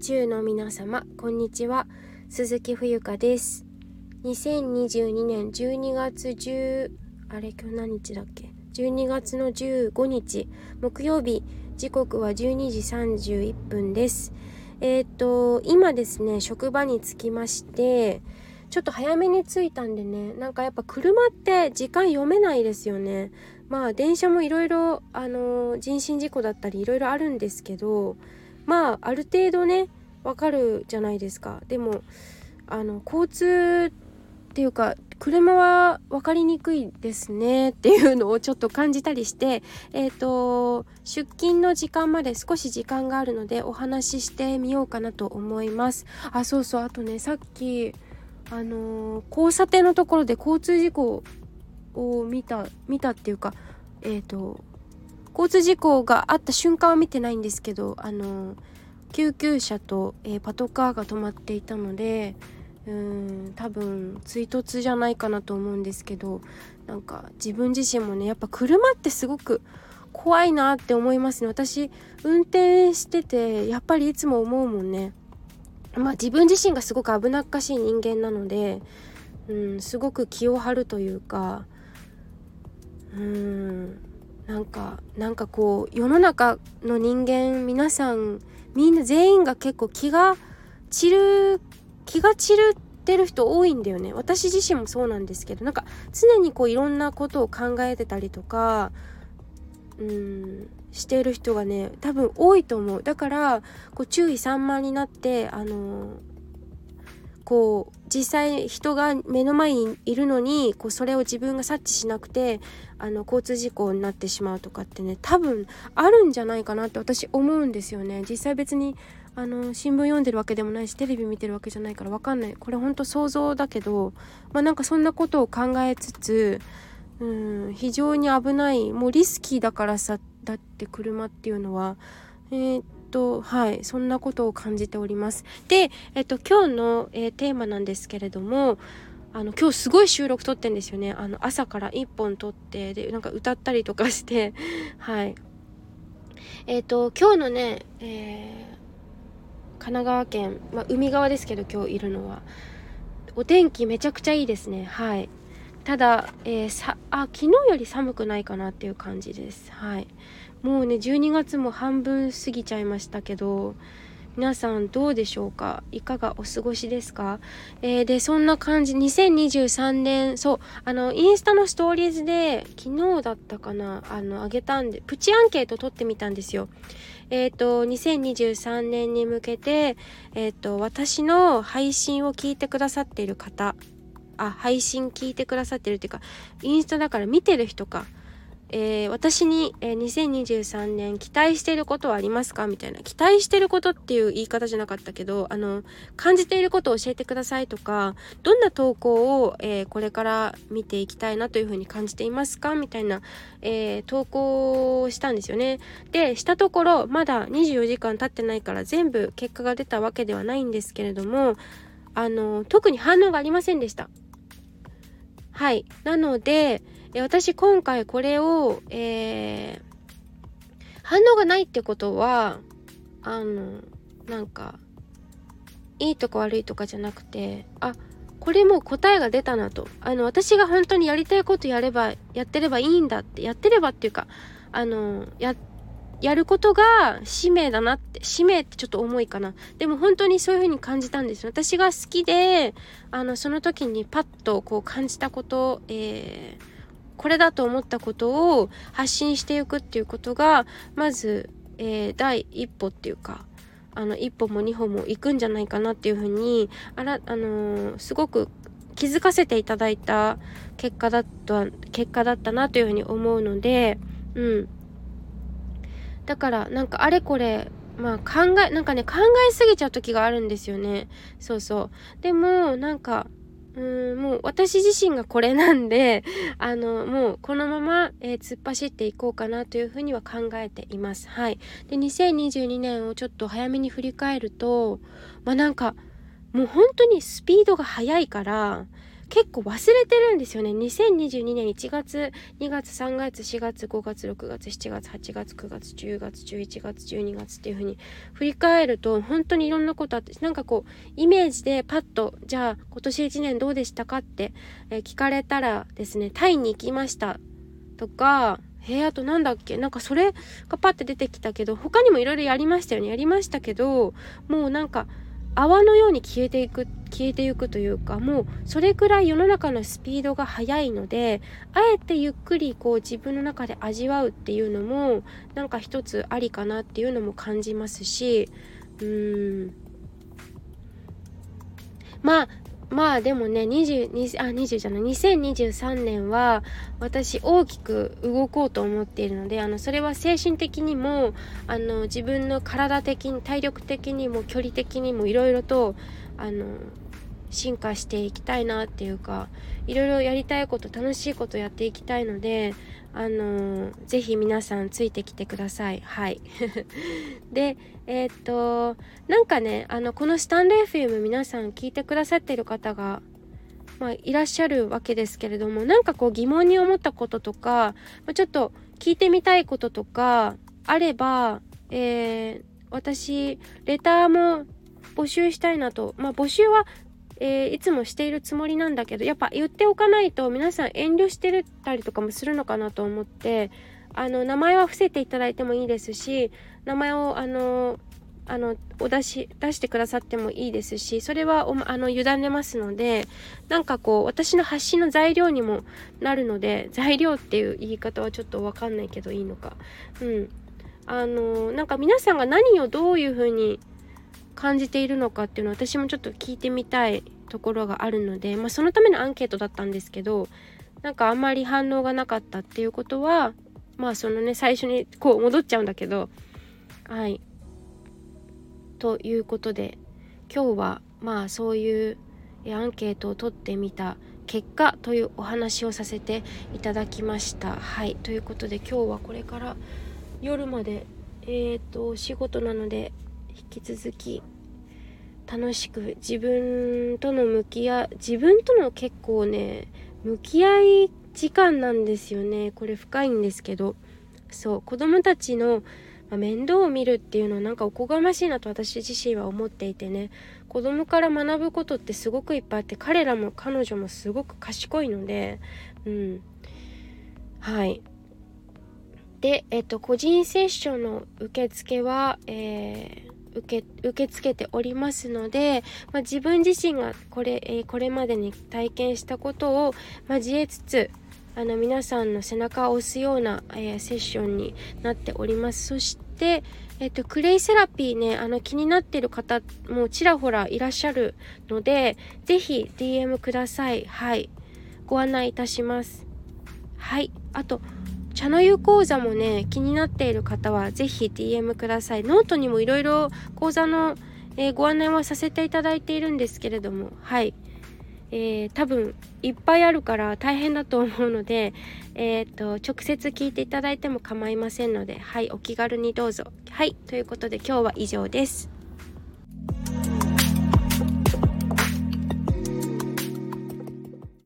中の皆様こんにちは、鈴木冬香です。2022年12月10今日何日だっけ12月の15日木曜日、時刻は12時31分です。今ですね、職場に着きまして、ちょっと早めに着いたんでね、なんかやっぱ車って時間読めないですよね。まあ電車もいろいろ人身事故だったりいろいろあるんですけど、まあある程度ねわかるじゃないですか。でも交通っていうか車は分かりにくいですねっていうのをちょっと感じたりして、出勤の時間まで少し時間があるのでお話ししてみようかなと思います。あとね、さっき交差点のところで交通事故を見たっていうか、交通事故があった瞬間は見てないんですけど、救急車と、パトカーが止まっていたので、多分追突じゃないかなと思うんですけど、なんか自分自身もね、やっぱ車ってすごく怖いなって思いますね。私運転しててやっぱりいつも思うもんね。自分自身がすごく危なっかしい人間なので、すごく気を張るというか、なんかこう世の中の人間皆さんみんな全員が結構気が散るってる人多いんだよね。私自身もそうなんですけど、なんか常にこういろんなことを考えてたりとかしている人がね多分多いと思う。だからこう注意散漫になってこう実際人が目の前にいるのにこうそれを自分が察知しなくて交通事故になってしまうとかってね、多分あるんじゃないかなって私思うんですよね。実際別に新聞読んでるわけでもないしテレビ見てるわけじゃないから分かんない。これ本当想像だけど、なんかそんなことを考えつつ非常に危ない、もうリスキーだからさ、だって車っていうのははい、そんなことを感じております。で、今日の、テーマなんですけれども、今日すごい収録撮ってんですよね。朝から1本撮って、でなんか歌ったりとかしてはい。今日のね、神奈川県、海側ですけど今日いるのはお天気めちゃくちゃいいですね。はい。ただ、昨日より寒くないかなっていう感じです。はい。もうね12月も半分過ぎちゃいましたけど、皆さんどうでしょうか。いかがお過ごしですか。でそんな感じ、2023年インスタのストーリーズで昨日だったかなあげたんで、プチアンケート取ってみたんですよ。2023年に向けて私の配信を聞いてくださっている方、配信聞いてくださってるっていうかインスタだから見てる人か、私に、2023年期待していることはありますかみたいな。期待していることっていう言い方じゃなかったけど、感じていることを教えてくださいとか、どんな投稿を、これから見ていきたいなというふうに感じていますかみたいな、投稿をしたんですよね。でしたところ、まだ24時間経ってないから全部結果が出たわけではないんですけれども、特に反応がありませんでした。はい。なので私今回これを、反応がないってことはなんかいいとか悪いとかじゃなくて、これもう答えが出たなと、私が本当にやりたいことやってればいいんだって、やってればっていうかやることが使命だなって、使命ってちょっと重いかな。でも本当にそういう風に感じたんですよ。私が好きでその時にパッとこう感じたこと、これだと思ったことを発信していくっていうことがまず、第一歩っていうか一歩も二歩も行くんじゃないかなっていうふうにすごく気づかせていただいた結果だったなというふうに思うので、だからなんかあれこれ考えすぎちゃう時があるんですよね。でもなんかもう私自身がこれなんでもうこのまま、突っ走っていこうかなというふうには考えています。はい。で2022年をちょっと早めに振り返るとなんかもう本当にスピードが速いから結構忘れてるんですよね。2022年1月、2月、3月、4月、5月、6月、7月、8月、9月、10月、11月、12月っていう風に振り返ると本当にいろんなことあって、なんかこうイメージでパッとじゃあ今年1年どうでしたかって、聞かれたらですね、タイに行きましたとか、あとなんだっけ、なんかそれがパッて出てきたけど、他にもいろいろやりましたよね。やりましたけど、もうなんか泡のように消えていくというか、もうそれくらい世の中のスピードが速いので、あえてゆっくりこう自分の中で味わうっていうのもなんか一つありかなっていうのも感じますし、まあでもね、2023年は私大きく動こうと思っているので、それは精神的にも自分の体的に、体力的にも距離的にもいろいろと進化していきたいなっていうか、いろいろやりたいこと、楽しいことやっていきたいので、ぜひ皆さんついてきてください。はいでなんかね、このスタンド FM 皆さん聞いてくださっている方がいらっしゃるわけですけれども、なんかこう疑問に思ったこととか、ちょっと聞いてみたいこととかあれば、私レターも募集したいなと。募集はいつもしているつもりなんだけど、やっぱ言っておかないと皆さん遠慮してたりとかもするのかなと思って、名前は伏せていただいてもいいですし、名前を出してくださってもいいですし、それは委ねますので、なんかこう私の発信の材料にもなるので、材料っていう言い方はちょっと分かんないけどいいのか、なんか皆さんが何をどういう風に感じているのかっていうのを私もちょっと聞いてみたいところがあるので、そのためのアンケートだったんですけど、なんかあんまり反応がなかったっていうことは、そのね、最初にこう戻っちゃうんだけど、はいということで、今日はそういうアンケートを取ってみた結果というお話をさせていただきました。はい、ということで今日はこれから夜までお仕事なので、引き続き楽しく自分との結構ね向き合い時間なんですよね。これ深いんですけど、そう、子供たちの面倒を見るっていうのはなんかおこがましいなと私自身は思っていてね、子供から学ぶことってすごくいっぱいあって、彼女もすごく賢いので、はい。で、個人セッションの受付は、受け付けておりますので、自分自身がこれまでに体験したことを交えつつ、皆さんの背中を押すような、セッションになっております。そして、クレイセラピーね、気になっている方もちらほらいらっしゃるので、ぜひ DM ください。はい、ご案内いたします。はい、あと茶の湯講座もね、気になっている方はぜひ DM ください。ノートにもいろいろ講座の、ご案内はさせていただいているんですけれども、はい、多分いっぱいあるから大変だと思うので、直接聞いていただいても構いませんので、はい、お気軽にどうぞ。はい、ということで今日は以上です。